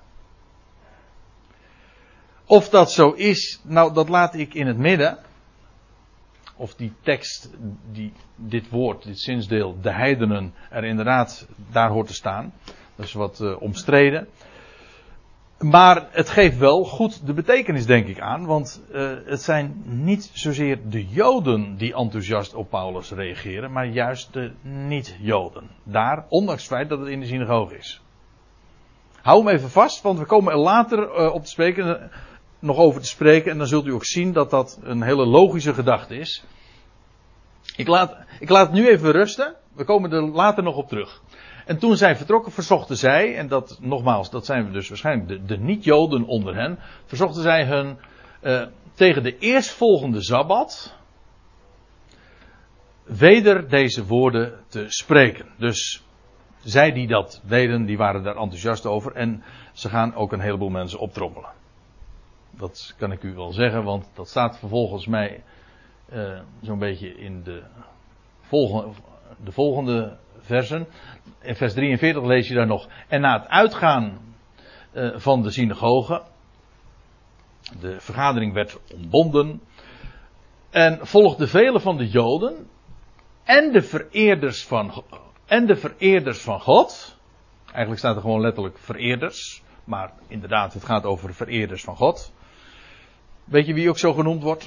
S1: Of dat zo is, nou dat laat ik in het midden. Of die tekst, die, dit woord, dit zinsdeel, de heidenen, er inderdaad daar hoort te staan. Dat is wat uh, omstreden. Maar het geeft wel goed de betekenis, denk ik, aan. Want uh, het zijn niet zozeer de Joden die enthousiast op Paulus reageren, maar juist de niet-Joden. Daar, ondanks het feit dat het in de synagoge is. Hou hem even vast, want we komen er later uh, op te spreken, uh, nog over te spreken. En dan zult u ook zien dat dat een hele logische gedachte is. Ik laat, ik laat het nu even rusten. We komen er later nog op terug. En toen zij vertrokken, verzochten zij, en dat nogmaals, dat zijn we dus waarschijnlijk de, de niet-Joden onder hen, verzochten zij hun uh, tegen de eerstvolgende Sabbat weder deze woorden te spreken. Dus zij die dat deden, die waren daar enthousiast over. En ze gaan ook een heleboel mensen optrommelen. Dat kan ik u wel zeggen, want dat staat vervolgens mij uh, zo'n beetje in de volgende, de volgende versen. In vers drieënveertig lees je daar nog. En na het uitgaan uh, van de synagoge, de vergadering werd ontbonden. En volgden velen van de Joden en de vereerders van, en de vereerders van God. Eigenlijk staat er gewoon letterlijk vereerders. Maar inderdaad, het gaat over vereerders van God. Weet je wie ook zo genoemd wordt?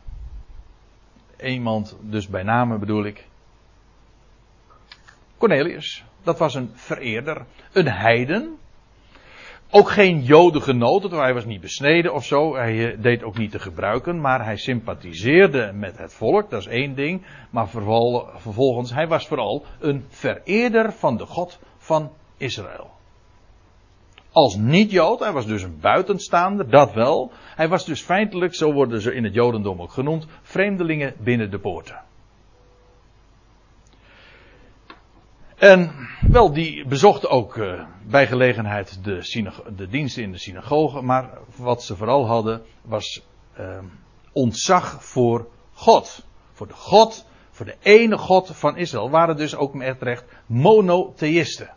S1: Iemand, dus bij name bedoel ik. Cornelius. Dat was een vereerder. Een heiden. Ook geen Jodengenoot, want hij was niet besneden of zo. Hij deed ook niet te gebruiken, maar hij sympathiseerde met het volk, dat is één ding. Maar vervolgens, hij was vooral een vereerder van de God van Israël. Als niet-Jood, hij was dus een buitenstaander, dat wel. Hij was dus feitelijk, zo worden ze in het Jodendom ook genoemd, vreemdelingen binnen de poorten. En wel, die bezochten ook uh, bij gelegenheid de, synago- de diensten in de synagoge. Maar wat ze vooral hadden was uh, ontzag voor God. Voor de God, voor de ene God van Israël. Waren dus ook met recht monotheïsten.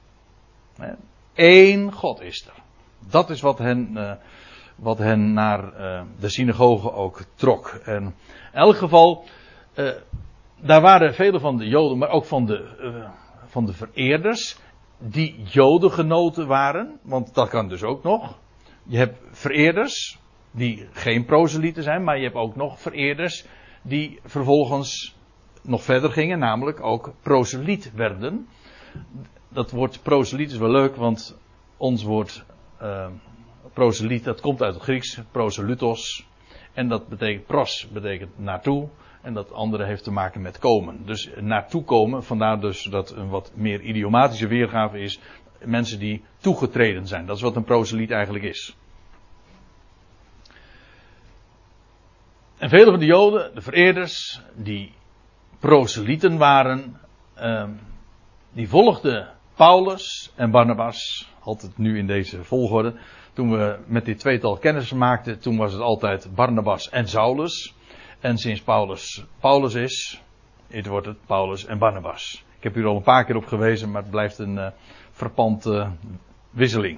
S1: Eén God is er. Dat is wat hen, uh, wat hen naar uh, de synagoge ook trok. En in elk geval, uh, daar waren vele van de Joden, maar ook van de... Uh, van de vereerders, die Jodengenoten waren, want dat kan dus ook nog. Je hebt vereerders, die geen proselieten zijn, maar je hebt ook nog vereerders, die vervolgens nog verder gingen, namelijk ook proseliet werden. Dat woord proseliet is wel leuk, want ons woord uh, proseliet, dat komt uit het Grieks, proselytos, en dat betekent, pros betekent naartoe. En dat andere heeft te maken met komen. Dus naartoe komen, vandaar dus dat een wat meer idiomatische weergave is. Mensen die toegetreden zijn. Dat is wat een proseliet eigenlijk is. En vele van de Joden, de vereerders, die proselieten waren, uh, die volgden Paulus en Barnabas. Altijd nu in deze volgorde. Toen we met dit tweetal kennis maakten, toen was het altijd Barnabas en Saulus. En sinds Paulus Paulus is, het wordt het Paulus en Barnabas. Ik heb u er al een paar keer op gewezen, maar het blijft een uh, verpand uh, wisseling.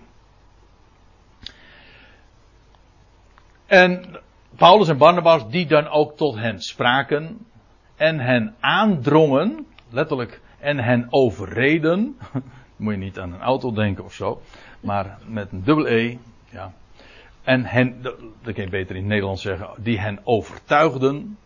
S1: En Paulus en Barnabas die dan ook tot hen spraken en hen aandrongen, letterlijk, en hen overreden. Moet je niet aan een auto denken of zo, maar met een dubbel E, ja. En hen, dat kan je beter in het Nederlands zeggen, die hen overtuigden.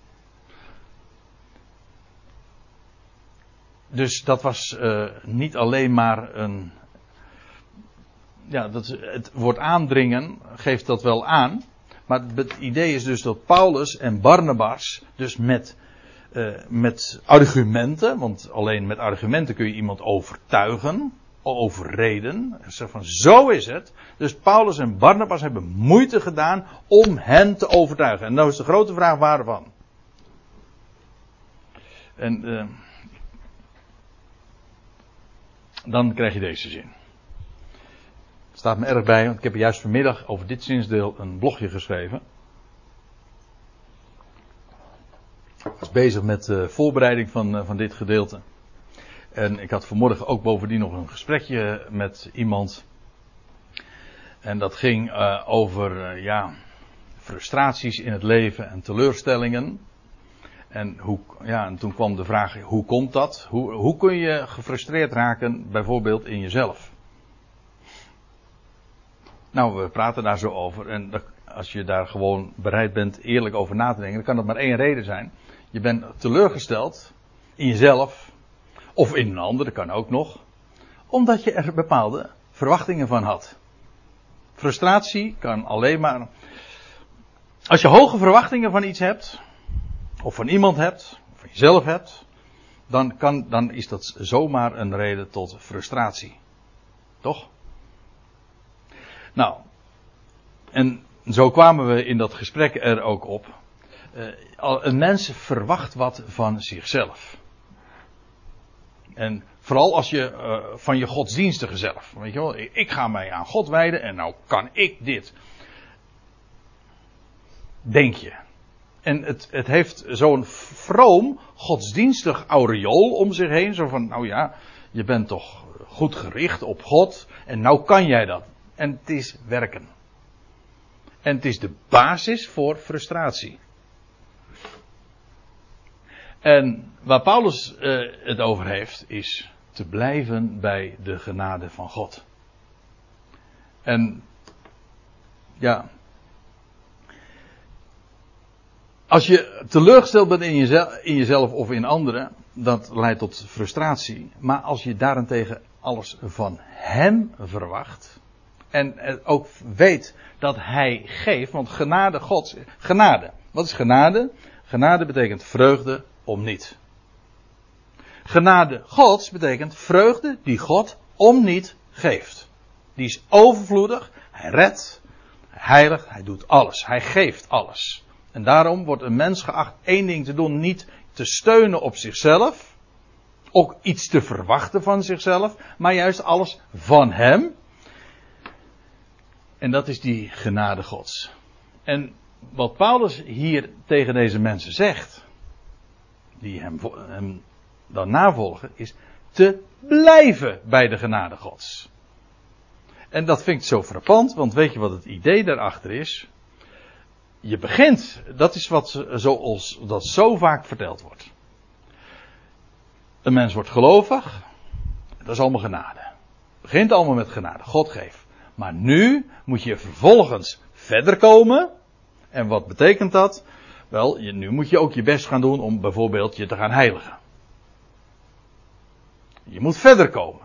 S1: Dus dat was uh, niet alleen maar een... Ja, dat, het woord aandringen geeft dat wel aan. Maar het idee is dus dat Paulus en Barnabas dus met, uh, met argumenten, want alleen met argumenten kun je iemand overtuigen, overreden. Zeg van, zo is het. Dus Paulus en Barnabas hebben moeite gedaan om hen te overtuigen. En nou is de grote vraag waarvan. En uh, dan krijg je deze zin. Het staat me erg bij, want ik heb juist vanmiddag over dit zinsdeel een blogje geschreven. Ik was bezig met de voorbereiding van, uh, van dit gedeelte. En ik had vanmorgen ook bovendien nog een gesprekje met iemand. En dat ging uh, over uh, ja, frustraties in het leven en teleurstellingen. En, hoe, ja, en toen kwam de vraag, hoe komt dat? Hoe, hoe kun je gefrustreerd raken, bijvoorbeeld in jezelf? Nou, we praten daar zo over. En dat, als je daar gewoon bereid bent eerlijk over na te denken, dan kan dat maar één reden zijn. Je bent teleurgesteld in jezelf. Of in een ander, dat kan ook nog. Omdat je er bepaalde verwachtingen van had. Frustratie kan alleen maar... Als je hoge verwachtingen van iets hebt, of van iemand hebt, of van jezelf hebt, dan, kan, dan is dat zomaar een reden tot frustratie. Toch? Nou, en zo kwamen we in dat gesprek er ook op. Uh, een mens verwacht wat van zichzelf. En vooral als je uh, van je godsdienstige zelf. Weet je wel, ik ga mij aan God wijden en nou kan ik dit. Denk je. En het, het heeft zo'n vroom godsdienstig aureool om zich heen. Zo van, nou ja, je bent toch goed gericht op God. En nou kan jij dat. En het is werken. En het is de basis voor frustratie. En waar Paulus uh, het over heeft, is te blijven bij de genade van God. En ja, als je teleurgesteld bent in jezelf, in jezelf of in anderen, dat leidt tot frustratie. Maar als je daarentegen alles van hem verwacht en ook weet dat hij geeft, want genade Gods, genade, wat is genade? Genade betekent vreugde om niet. Genade Gods betekent vreugde die God om niet geeft. Die is overvloedig, hij redt, hij heiligt, hij doet alles, hij geeft alles. En daarom wordt een mens geacht één ding te doen, niet te steunen op zichzelf, ook iets te verwachten van zichzelf, maar juist alles van hem. En dat is die genade Gods. En wat Paulus hier tegen deze mensen zegt, die hem, hem dan navolgen, is te blijven bij de genade Gods. En dat vind ik zo frappant, want weet je wat het idee daarachter is? Je begint, dat is wat zoals dat zo vaak verteld wordt. Een mens wordt gelovig, dat is allemaal genade. Het begint allemaal met genade, God geeft. Maar nu moet je vervolgens verder komen. En wat betekent dat? Wel, je, nu moet je ook je best gaan doen om bijvoorbeeld je te gaan heiligen. Je moet verder komen.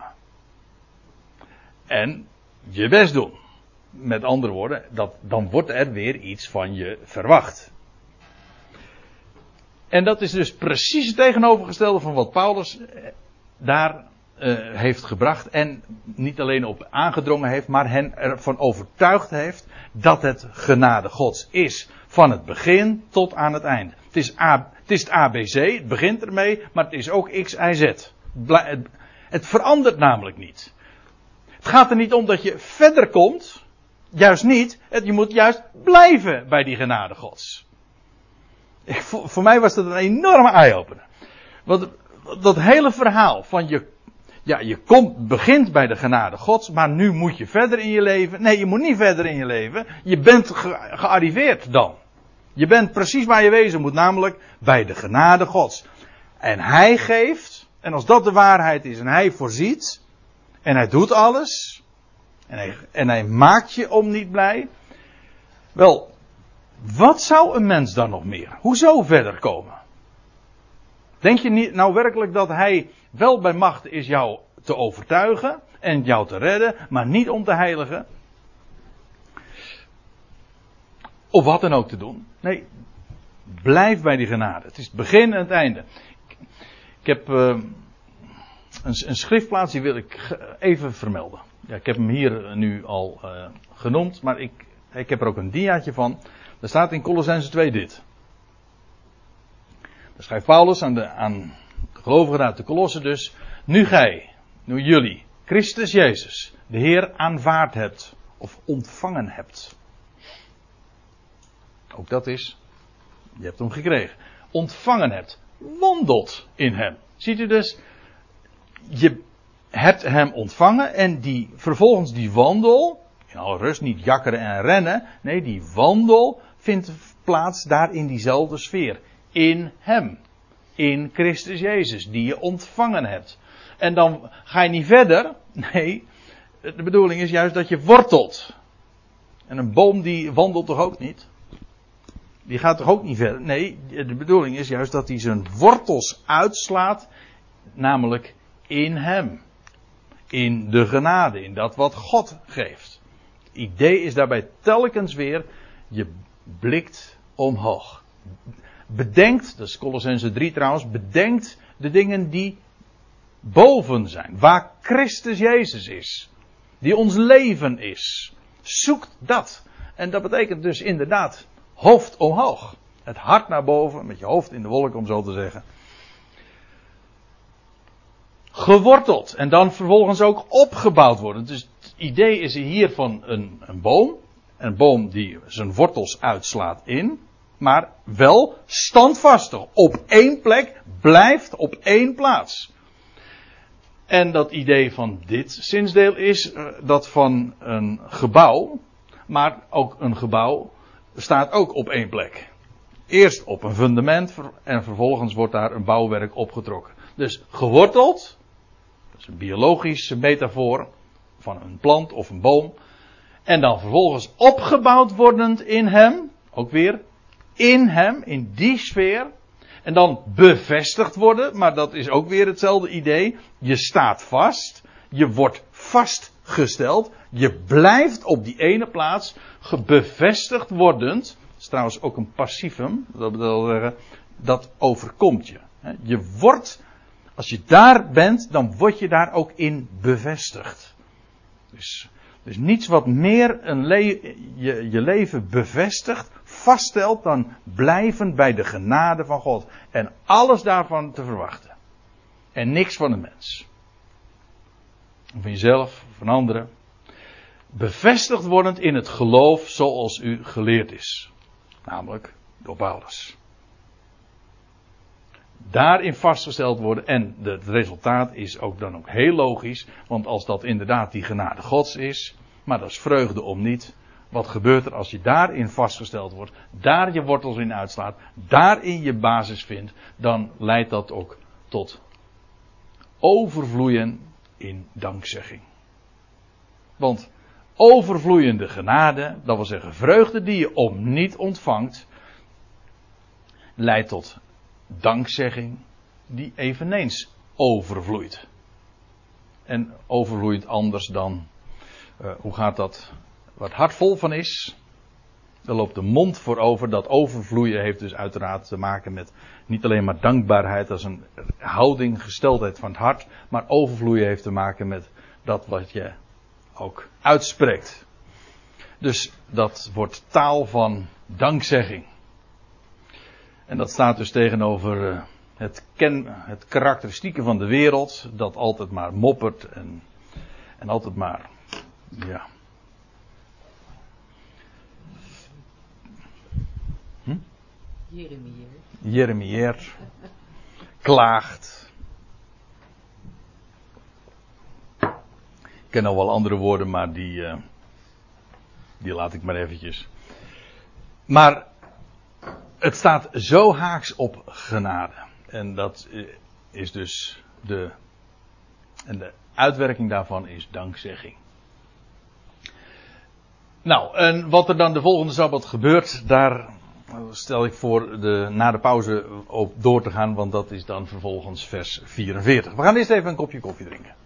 S1: En je best doen. Met andere woorden, dat, dan wordt er weer iets van je verwacht. En dat is dus precies het tegenovergestelde van wat Paulus daar uh, heeft gebracht. En niet alleen op aangedrongen heeft, maar hen ervan overtuigd heeft dat het genade Gods is. Van het begin tot aan het einde. Het is, A, het is het A B C, het begint ermee, maar het is ook X, Y, Z. Het, het verandert namelijk niet. Het gaat er niet om dat je verder komt. Juist niet. Je moet juist blijven bij die genade Gods. Ik, voor, voor mij was dat een enorme eye-opener. Want dat hele verhaal van je, ja, je komt, begint bij de genade Gods, maar nu moet je verder in je leven. Nee, je moet niet verder in je leven. Je bent ge, gearriveerd dan. Je bent precies waar je wezen moet, namelijk bij de genade Gods. En hij geeft, en als dat de waarheid is, en hij voorziet, en hij doet alles, en hij, en hij maakt je om niet blij. Wel, wat zou een mens dan nog meer? Hoezo verder komen? Denk je niet nou werkelijk dat hij wel bij macht is jou te overtuigen en jou te redden, maar niet om te heiligen? Of wat dan ook te doen? Nee, blijf bij die genade. Het is het begin en het einde. Ik heb uh, een, een schriftplaats, die wil ik even vermelden. Ja, ik heb hem hier nu al uh, genoemd, maar ik, ik heb er ook een diaatje van. Er staat in Colossenzen twee dit. Daar schrijft Paulus aan de, aan de gelovigen uit de Kolossen dus. Nu gij, nu jullie, Christus Jezus, de Heer aanvaard hebt, of ontvangen hebt. Ook dat is, je hebt hem gekregen. Ontvangen hebt, wandelt in hem. Ziet u dus, je hebt hem ontvangen en die, vervolgens die wandel, in alle rust, niet jakkeren en rennen, nee, die wandel vindt plaats daar in diezelfde sfeer. In hem. In Christus Jezus, die je ontvangen hebt. En dan ga je niet verder. Nee, de bedoeling is juist dat je wortelt. En een boom die wandelt toch ook niet? Die gaat toch ook niet verder? Nee, de bedoeling is juist dat hij zijn wortels uitslaat. Namelijk in hem. In de genade, in dat wat God geeft. Het idee is daarbij telkens weer, je blikt omhoog. Bedenkt, dat is Colossenzen drie trouwens, bedenkt de dingen die boven zijn. Waar Christus Jezus is. Die ons leven is. Zoekt dat. En dat betekent dus inderdaad hoofd omhoog. Het hart naar boven, met je hoofd in de wolken om zo te zeggen. geworteld en dan vervolgens ook opgebouwd worden. Dus het idee is hier van een, een boom. Een boom die zijn wortels uitslaat in. Maar wel standvastig. Op één plek. Blijft op één plaats. En dat idee van dit zinsdeel is uh, dat van een gebouw. Maar ook een gebouw staat ook op één plek. Eerst op een fundament en vervolgens wordt daar een bouwwerk opgetrokken. Dus geworteld. Dat is een biologische metafoor van een plant of een boom. En dan vervolgens opgebouwd wordend in hem. Ook weer in hem, in die sfeer. En dan bevestigd worden, maar dat is ook weer hetzelfde idee. Je staat vast, je wordt vastgesteld, je blijft op die ene plaats bevestigd wordend. Dat is trouwens ook een passivum, dat wil zeggen, dat overkomt je. Je wordt, als je daar bent, dan word je daar ook in bevestigd. Dus, dus niets wat meer een le- je, je leven bevestigt, vaststelt dan blijven bij de genade van God. En alles daarvan te verwachten. En niks van de mens. Van jezelf, van anderen. Bevestigd wordend in het geloof zoals u geleerd is. Namelijk door Paulus. Daarin vastgesteld worden. En het resultaat is ook dan ook heel logisch. Want als dat inderdaad die genade Gods is. Maar dat is vreugde om niet. Wat gebeurt er als je daarin vastgesteld wordt, daar je wortels in uitslaat, daarin je basis vindt, dan leidt dat ook tot overvloeien in dankzegging. Want overvloeiende genade, dat wil zeggen vreugde die je om niet ontvangt, leidt tot dankzegging die eveneens overvloeit. En overvloeit anders dan, uh, hoe gaat dat? Waar het hart vol van is, daar loopt de mond voor over. Dat overvloeien heeft dus uiteraard te maken met niet alleen maar dankbaarheid als een houding, gesteldheid van het hart. Maar overvloeien heeft te maken met dat wat je ook uitspreekt. Dus dat wordt taal van dankzegging. En dat staat dus tegenover het, ken, het karakteristieke van de wereld. Dat altijd maar moppert en, en altijd maar, ja... Hm?
S2: Jeremieer.
S1: Jeremieer. Klaagt. Ik ken al wel andere woorden, maar die, uh, die laat ik maar eventjes. Maar het staat zo haaks op genade. En dat is dus de, en de uitwerking daarvan is dankzegging. Nou, en wat er dan de volgende Sabbat gebeurt, daar stel ik voor de, na de pauze op door te gaan, want dat is dan vervolgens vers vierenveertig. We gaan eerst even een kopje koffie drinken.